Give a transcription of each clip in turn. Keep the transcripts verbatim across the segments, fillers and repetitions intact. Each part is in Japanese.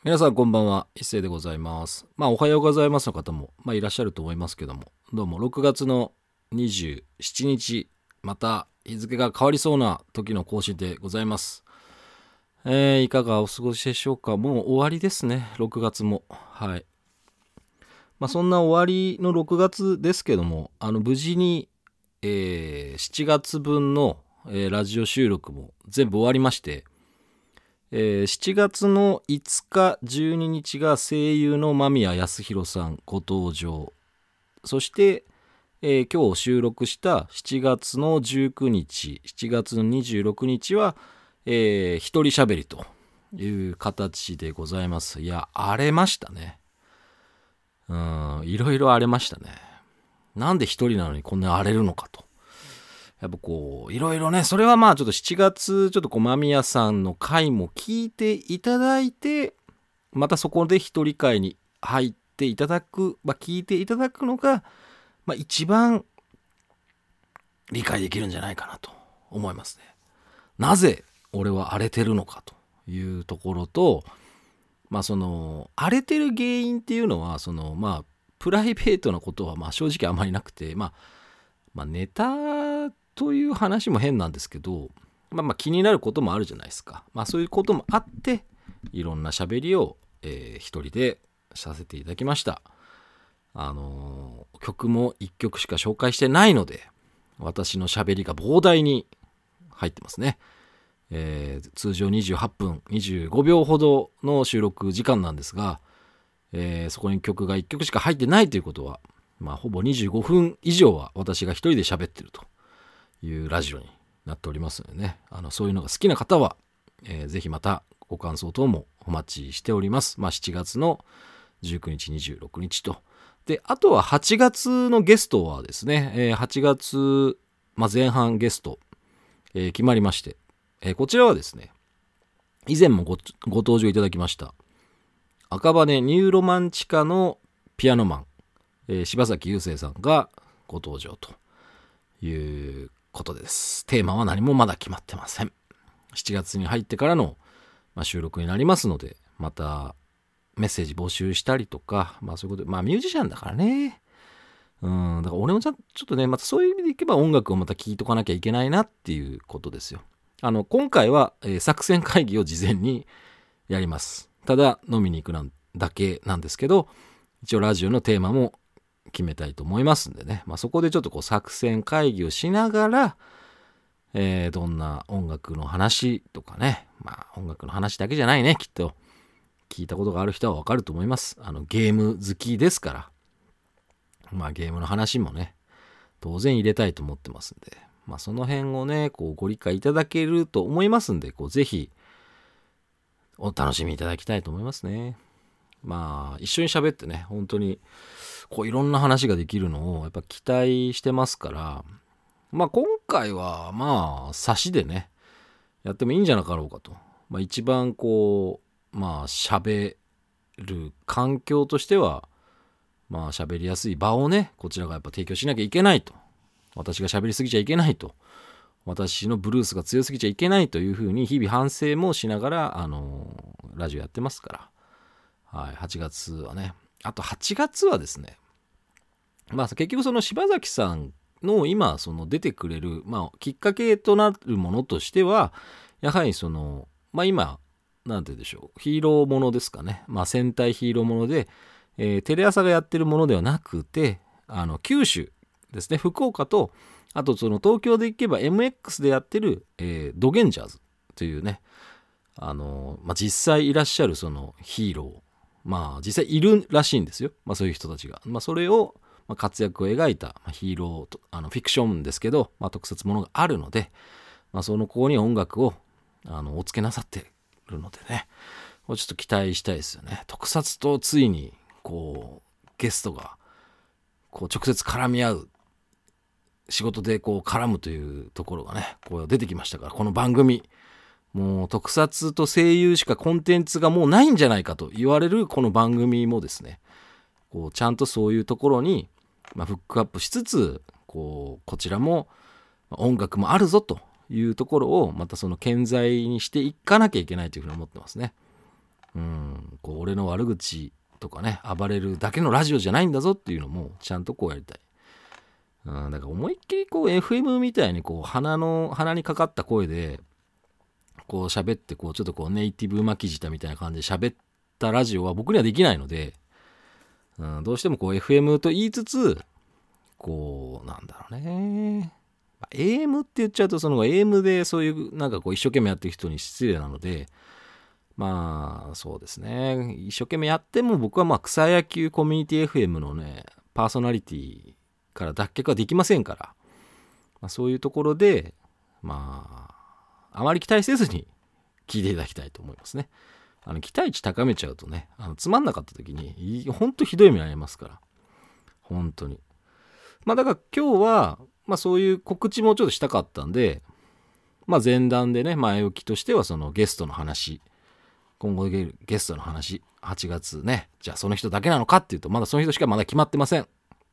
皆さんこんばんは、一斉でございます。まあおはようございますの方も、まあ、いらっしゃると思いますけども、どうもろくがつのにじゅうしちにち、また日付が変わりそうな時の更新でございます。えー、いかがお過ごしでしょうか。もう終わりですね、ろくがつも。はい。まあそんな終わりのろくがつですけども、あの無事に、えー、しちがつぶんの、えーラジオ収録も全部終わりまして、えーしちがつのいつかじゅうににちが声優の間宮康弘さんご登場。そして、えー今日収録したしちがつのじゅうくにち、しちがつのにじゅうろくにちは、えー一人喋りという形でございます。いや、荒れましたね。うん、いろいろ荒れましたね。なんで一人なのにこんな荒れるのかと。やっぱこう、いろいろね、それはまあちょっとしちがつ、ちょっとこう、間宮さんの回も聞いていただいて、またそこで一人会に入っていただく、まあ、聞いていただくのが、まあ、一番理解できるんじゃないかなと思いますね。なぜ俺は荒れてるのかというところと、まあその荒れてる原因っていうのはそのまあプライベートなことはまあ正直あまりなくて、まあ、まあネタという話も変なんですけど、まあまあ気になることもあるじゃないですか。まあそういうこともあっていろんな喋りを、えー一人でさせていただきました。あのー曲もいっきょくしか紹介してないので、私の喋りが膨大に入ってますね。えー通常にじゅうはっぷんにじゅうごびょうほどの収録時間なんですが、えーそこに曲がいっきょくしか入ってないということは、まあ、ほぼにじゅうごふん以上は私が一人で喋ってるというラジオになっておりますのでね、あのそういうのが好きな方は、えーぜひまたご感想等もお待ちしております。まあ、しちがつのじゅうくにちにじゅうろくにちと。であとははちがつのゲストはですね、えーはちがつ、まあ、前半ゲスト、えー決まりまして、えーこちらはですね、以前も ご, ご登場いただきました赤羽ニューロマンチカのピアノマン、えー柴崎雄生さんがご登場ということです。テーマは何もまだ決まってません。しちがつに入ってからの、まあ、収録になりますので、またメッセージ募集したりとか、まあそういうことで、まあミュージシャンだからね。うん、だから俺もちょっとね、またそういう意味でいけば音楽をまた聴いとかなきゃいけないなっていうことですよ。あの、今回は、えー作戦会議を事前にやります。ただ飲みに行くなんだけなんですけど、一応ラジオのテーマも決めたいと思いますんでね、まあ、そこでちょっとこう作戦会議をしながら、えーどんな音楽の話とかね、まあ音楽の話だけじゃないね、きっと聞いたことがある人はわかると思います。あのゲーム好きですから、まあゲームの話もね、当然入れたいと思ってますんで、まあその辺をね、こうご理解いただけると思いますんで、こうぜひお楽しみいただきたいと思いますね。まあ一緒に喋ってね、本当にこういろんな話ができるのをやっぱ期待してますから、まあ今回はまあ差しでね、やってもいいんじゃなかろうかと。まあ一番こう、まあ喋る環境としては、まあ喋りやすい場をね、こちらがやっぱ提供しなきゃいけないと。私が喋りすぎちゃいけないと。私のブルースが強すぎちゃいけないというふうに日々反省もしながら、あのラジオやってますから。はい、はちがつはね。あとはちがつはですね、まあ結局その柴崎さんの今その出てくれる、まあきっかけとなるものとしては、やはりその、まあ今、なんて言うんでしょう、ヒーローものですかね。まあ戦隊ヒーローもので、えーテレ朝がやってるものではなくて、あの、九州ですね、福岡と、あとその東京で行けば エムエックス でやってる、えードゲンジャーズというね、あの、まあ、実際いらっしゃるそのヒーロー、まあ実際いるらしいんですよ。まあそういう人たちが。まあそれを、まあ、活躍を描いた、まあ、ヒーローと、あのフィクションですけど、まあ、特撮ものがあるので、まあ、その子に音楽をあのお付けなさってるのでね、ちょっと期待したいですよね。特撮とついにこうゲストがこう直接絡み合う、仕事でこう絡むというところがね、こう出てきましたから、この番組、もう特撮と声優しかコンテンツがもうないんじゃないかと言われるこの番組もですね、こうちゃんとそういうところに、まあ、フックアップしつつ、こうこちらも音楽もあるぞというところをまたその顕在にしていかなきゃいけないというふうに思ってますね。うん、 こう俺の悪口とかね暴れるだけのラジオじゃないんだぞっていうのもちゃんとこうやりたい。うん、だから思いっきりこう エフエム みたいにこう鼻の鼻にかかった声でこう喋ってこうちょっとこうネイティブ巻き舌みたいな感じで喋ったラジオは僕にはできないので、うん、どうしてもこう エフエム と言いつつこうなんだろうね、まあ、エーエム って言っちゃうとその エーエム でそういうなんかこう一生懸命やってる人に失礼なので、まあそうですね、一生懸命やっても僕はまあ草野球コミュニティ エフエム のねパーソナリティから脱却はできませんから、まあ、そういうところでまああまり期待せずに聞いていただきたいと思いますね。あの期待値高めちゃうとね、あのつまんなかった時にほんとひどい目に遭いますから、本当に。まあだから今日はまあそういう告知もちょっとしたかったんで、まあ前段でね前置きとしてはそのゲストの話、今後ゲストの話、はちがつね、じゃあその人だけなのかっていうとまだその人しかまだ決まってません。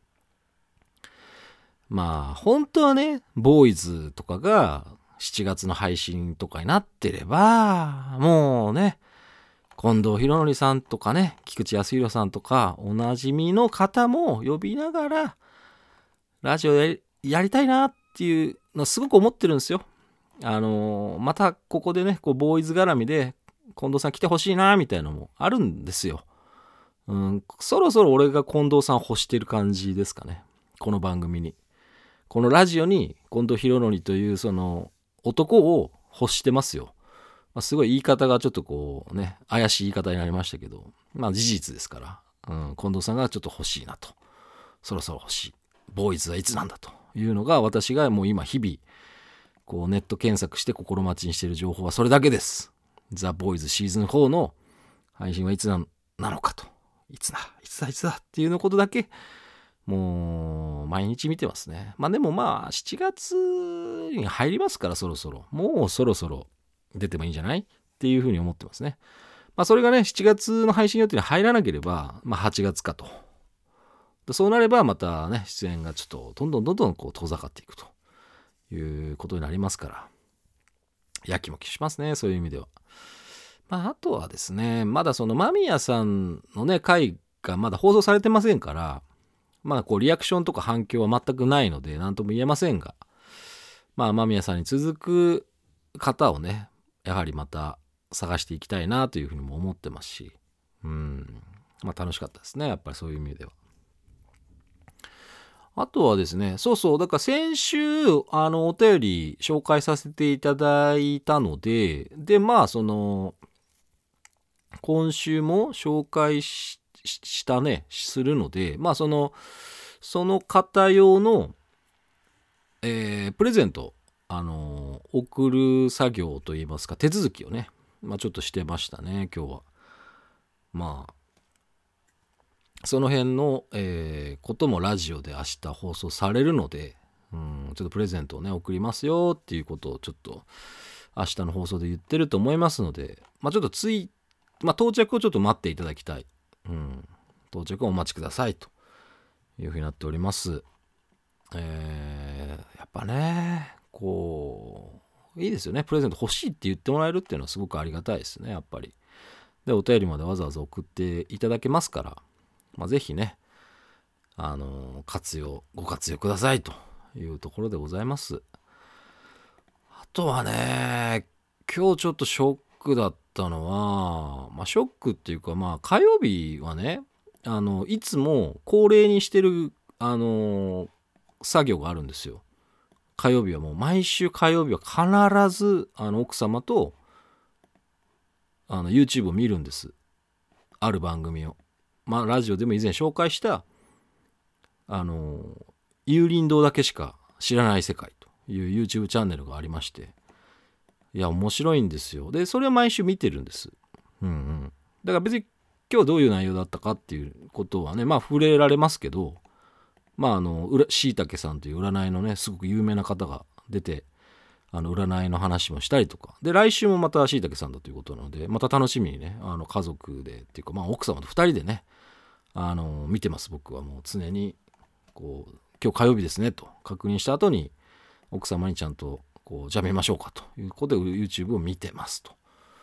まあ本当はねボーイズとかがしちがつの配信とかになってればもうね近藤博則さんとかね菊池康弘さんとかおなじみの方も呼びながらラジオやり、やりたいなっていうのすごく思ってるんですよ。あのー、またここでねこうボーイズ絡みで近藤さん来てほしいなみたいなのもあるんですよ。うん、そろそろ俺が近藤さん欲してる感じですかね。この番組にこのラジオに近藤博則というその男を欲してますよ。まあ、すごい言い方がちょっとこうね怪しい言い方になりましたけど、まあ事実ですから、うん、近藤さんがちょっと欲しいなと、そろそろ欲しい、ボーイズはいつなんだというのが私がもう今日々こうネット検索して心待ちにしている情報はそれだけです。ザ・ボーイズシーズンフォーの配信はいつ な, なのかと、いつだいつだいつだっていうのことだけもう毎日見てますね。まあでもまあしちがつに入りますから、そろそろもうそろそろ出てもいいんじゃないっていうふうに思ってますね。まあそれがねしちがつの配信予定に入らなければまあはちがつかと。そうなればまたね出演がちょっとどんどんどんどんこう遠ざかっていくということになりますから、やきもきしますね、そういう意味では。まああとはですね、まだその間宮さんのね回がまだ放送されてませんから、まあこうリアクションとか反響は全くないので何とも言えませんが、まあ間宮さんに続く方をねやはりまた探していきたいなというふうにも思ってますし、うんまあ楽しかったですね、やっぱりそういう意味では。あとはですね、そうそうだから先週あのお便り紹介させていただいたので、でまあその今週も紹介 し, したねするので、まあそのその方用の、えー、プレゼントあの送る作業といいますか手続きをね、まあ、ちょっとしてましたね今日は。まあその辺の、えー、こともラジオで明日放送されるので、うんちょっとプレゼントをね送りますよっていうことをちょっと明日の放送で言ってると思いますので、まあちょっとつい、まあ、到着をちょっと待っていただきたい、うん、到着をお待ちくださいというふうになっております。えー、やっぱねこういいですよね、プレゼント欲しいって言ってもらえるっていうのはすごくありがたいですね、やっぱり。でお便りまでわざわざ送っていただけますから、まあ、ぜひねあの活用ご活用くださいというところでございます。あとはね今日ちょっとショックだったのは、まあショックっていうか、まあ火曜日はねあのいつも恒例にしてるあの作業があるんですよ。火曜日はもう毎週火曜日は必ずあの奥様とあの YouTube を見るんです。ある番組を、まあラジオでも以前紹介したあの有林堂だけしか知らない世界という YouTube チャンネルがありまして、いや面白いんですよ。でそれを毎週見てるんです。うんうん。だから別に今日どういう内容だったかっていうことはねまあ触れられますけど、まああのしいたけさんという占いのねすごく有名な方が出てあの占いの話もしたりとかで、来週もまたしいたけさんだということなのでまた楽しみにねあの家族でっていうかまあ奥様とふたりでねあの見てます。僕はもう常にこう今日火曜日ですねと確認した後に奥様にちゃんとこうじゃあ見ましょうかということで YouTube を見てますと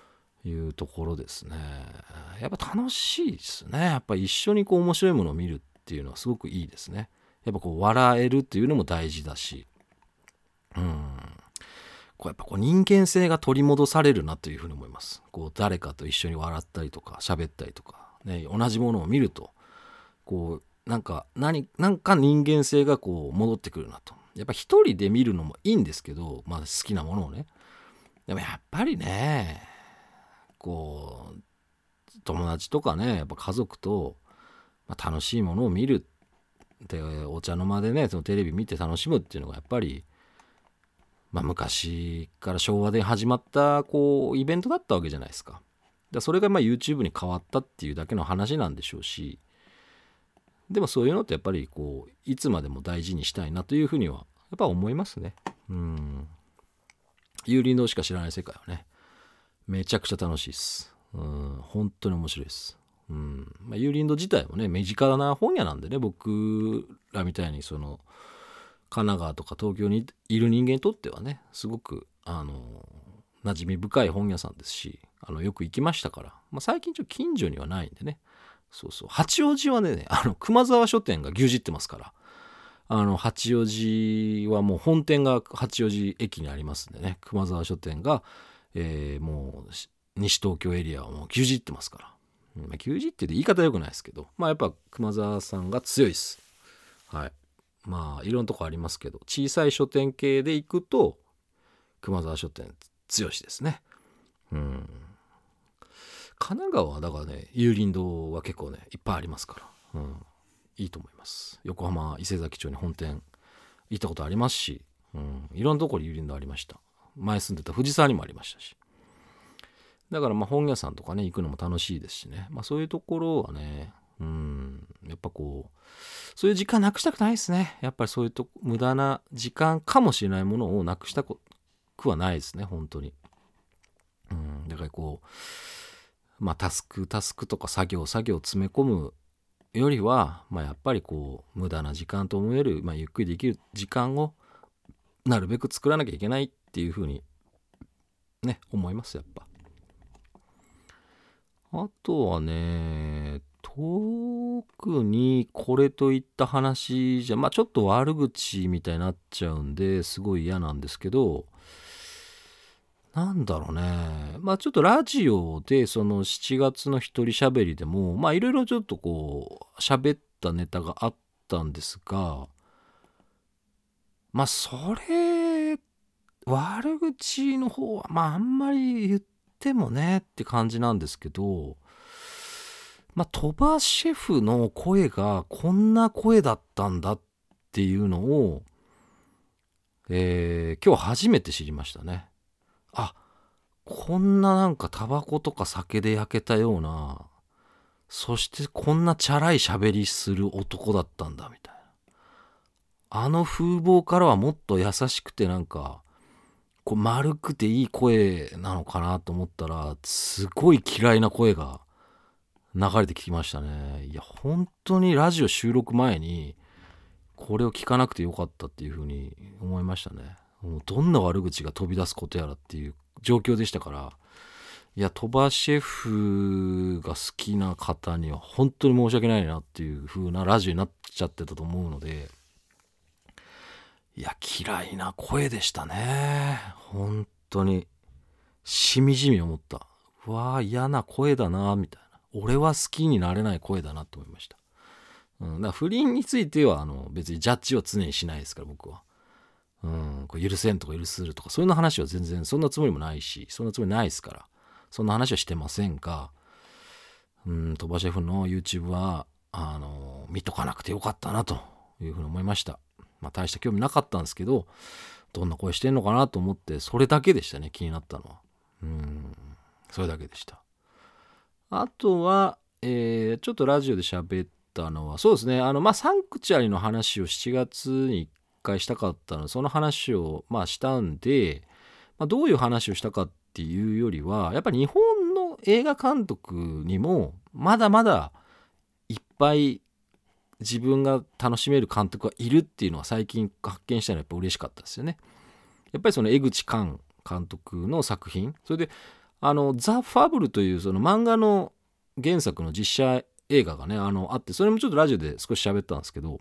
いうところですね。やっぱ楽しいですね。やっぱ一緒にこう面白いものを見るっていうのはすごくいいですね。やっぱこう笑えるっていうのも大事だし、うん、こうやっぱこう人間性が取り戻されるなというふうに思います。こう誰かと一緒に笑ったりとか喋ったりとか、ね、同じものを見るとこうなんか何なんか人間性がこう戻ってくるなと。やっぱ一人で見るのもいいんですけど、まあ、好きなものをね。でもやっぱりね、こう友達とかね、やっぱ家族と、まあ、楽しいものを見るで、お茶の間でねそのテレビ見て楽しむっていうのがやっぱり、まあ、昔から昭和で始まったこうイベントだったわけじゃないですか。だそれがまあ YouTube に変わったっていうだけの話なんでしょうし、でもそういうのってやっぱりこういつまでも大事にしたいなというふうにはやっぱ思いますね。うん。有林堂しか知らない世界はね、めちゃくちゃ楽しいです。うん、本当に面白いです。うん。まあ、有林堂自体もね、身近な本屋なんでね、僕らみたいにその神奈川とか東京にいる人間にとってはね、すごくあの馴染み深い本屋さんですし、あのよく行きましたから、まあ、最近ちょっと近所にはないんでね。そうそう、八王子はね、あの熊沢書店が牛耳ってますから、あの八王子はもう本店が八王子駅にありますんでね、熊沢書店が、えー、もう西東京エリアはもう牛耳ってますから、うん、まあ、牛耳って言い方良くないですけど、まあやっぱ熊沢さんが強いです。はい。まあいろんなとこありますけど、小さい書店系で行くと熊沢書店強しですね。うん。神奈川はだからね、有林堂は結構ねいっぱいありますから、うん、いいと思います。横浜伊勢崎町に本店行ったことありますし、うん、いろんなところに有林堂ありました。前住んでた藤沢にもありましたし、だからまあ本屋さんとかね行くのも楽しいですしね、まあそういうところはね、うん、やっぱこうそういう時間なくしたくないですね。やっぱりそういうと無駄な時間かもしれないものをなくしたくはないですね、本当に。うん、だからこうまあタスクタスクとか作業作業を詰め込むよりは、まあ、やっぱりこう無駄な時間と思える、まあ、ゆっくりできる時間をなるべく作らなきゃいけないっていうふうにね思いますやっぱ。あとはね、特にこれといった話じゃ、まあちょっと悪口みたいになっちゃうんですごい嫌なんですけど、なんだろうね。まあちょっとラジオでそのしちがつの一人喋りでも、まあいろいろちょっとこう喋ったネタがあったんですが、まあそれ、悪口の方はまああんまり言ってもねって感じなんですけど、まあ鳥羽シェフの声がこんな声だったんだっていうのを、えー今日初めて知りましたね。あ、こんななんかタバコとか酒で焼けたような、そしてこんなチャラい喋りする男だったんだみたいな。あの風貌からはもっと優しくてなんか、こう丸くていい声なのかなと思ったら、すごい嫌いな声が流れてきましたね。いや、本当にラジオ収録前に、これを聞かなくてよかったっていう風に思いましたね。もうどんな悪口が飛び出すことやらっていう状況でしたから、いや、鳥羽シェフが好きな方には本当に申し訳ないなっていう風なラジオになっちゃってたと思うので、いや、嫌いな声でしたね。本当に。しみじみ思った。うわあ、嫌な声だな、みたいな。俺は好きになれない声だなと思いました。うん、だから不倫についてはあの別にジャッジは常にしないですから、僕は。うん、これ許せんとか許するとか、そういう話は全然そんなつもりもないし、そんなつもりないですから。そんな話はしてませんが、うん、鳥羽シェフの YouTube は、あの、見とかなくてよかったなというふうに思いました。まあ、大した興味なかったんですけど、どんな声してんのかなと思って、それだけでしたね、気になったのは。うん、それだけでした。あとは、えー、ちょっとラジオで喋ったのは、そうですね、あの、まあ、サンクチュアリの話をしちがつにいっかいしたかったので、その話を、まあ、したんで、まあ、どういう話をしたかっていうよりは、やっぱり日本の映画監督にも、まだまだいっぱい自分が楽しめる監督がいるっていうのは最近発見したのはやっぱ嬉しかったですよね。やっぱりその江口寛監督の作品、それであのザ・ファブルというその漫画の原作の実写映画がねあのあって、それもちょっとラジオで少し喋ったんですけど、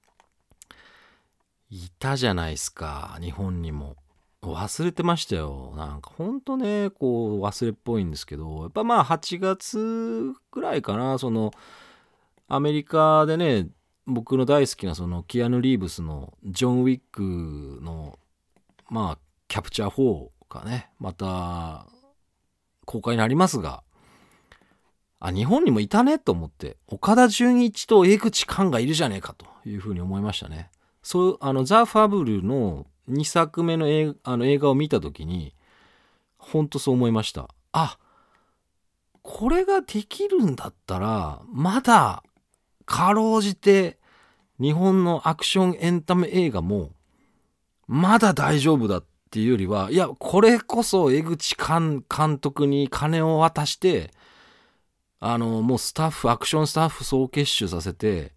いたじゃないですか日本にも。忘れてましたよ。なんかほんとねこう忘れっぽいんですけど、やっぱまあはちがつぐらいかな、そのアメリカでね僕の大好きなそのキアヌ・リーブスのジョン・ウィックのまあキャプチャーフォーがねまた公開になりますが、あ日本にもいたねと思って、岡田准一と江口寛がいるじゃねえかというふうに思いましたね。そうあのザ・ファブルのにさくめの映 画, あの映画を見た時にほんとそう思いました。あこれができるんだったらまだかろうじて日本のアクションエンタメ映画もまだ大丈夫だっていうよりは、いやこれこそ江口監督に金を渡してあのもうスタッフアクションスタッフ総結集させて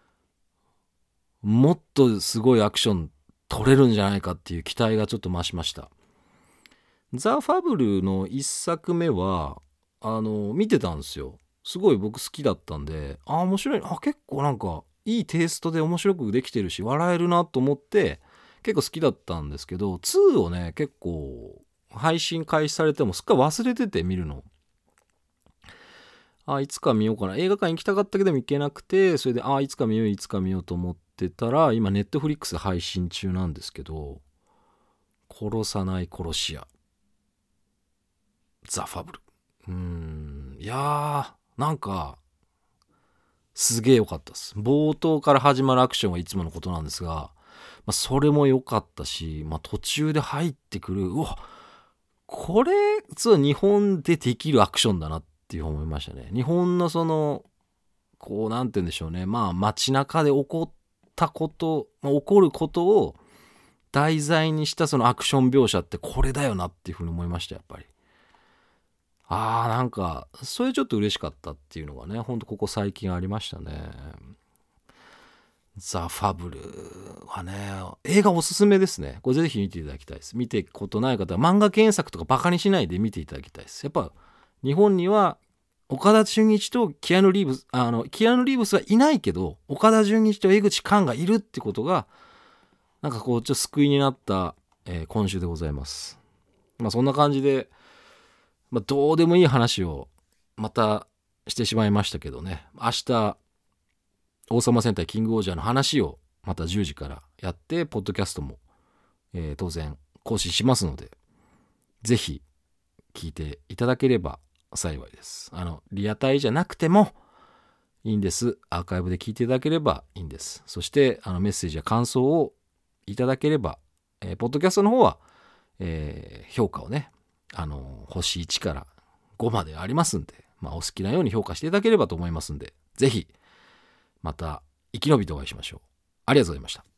もっとすごいアクション撮れるんじゃないかっていう期待がちょっと増しました。ザ・ファブルのいっさくめはあの見てたんですよ。すごい僕好きだったんで、あ面白い、あ結構なんかいいテイストで面白くできてるし笑えるなと思って結構好きだったんですけど、ツーをね結構配信開始されてもすっかり忘れてて見るの。あいつか見ようかな、映画館行きたかったけども行けなくて、それであいつか見よういつか見ようと思ってたら今ネットフリックス配信中なんですけど、殺さない殺し屋ザ・ファブル、うーんいやーなんかすげえ良かったです。冒頭から始まるアクションはいつものことなんですが、まあ、それも良かったし、まあ、途中で入ってくるうわこれそう日本でできるアクションだなっていう思いましたね。日本のそのこうなんて言うんでしょうね、まあ街中で起こったこと、まあ、起こることを題材にしたそのアクション描写ってこれだよなっていうふうに思いました。やっぱりあーなんかそれちょっと嬉しかったっていうのがねほんとここ最近ありましたね。ザ・ファブルはね映画おすすめですね。これぜひ見ていただきたいです。見ていくことない方は漫画原作とかバカにしないで見ていただきたいです。やっぱ日本には岡田准一とキアヌ・リーブスあのキアヌ・リーブスはいないけど岡田准一と江口寛がいるってことがなんかこうちょっと救いになった、えー今週でございます。まあそんな感じで、まあ、どうでもいい話をまたしてしまいましたけどね、明日王様戦隊キングオージャーの話をまたじゅうじからやって、ポッドキャストも、えー当然更新しますので、ぜひ聞いていただければ幸いです。あのリアタイじゃなくてもいいんです。アーカイブで聞いていただければいいんです。そしてあのメッセージや感想をいただければ、えーポッドキャストの方は、えー評価をねあの星いちからごまでありますんで、まあ、お好きなように評価していただければと思いますんで、ぜひまた生き延びてお会いしましょう。ありがとうございました。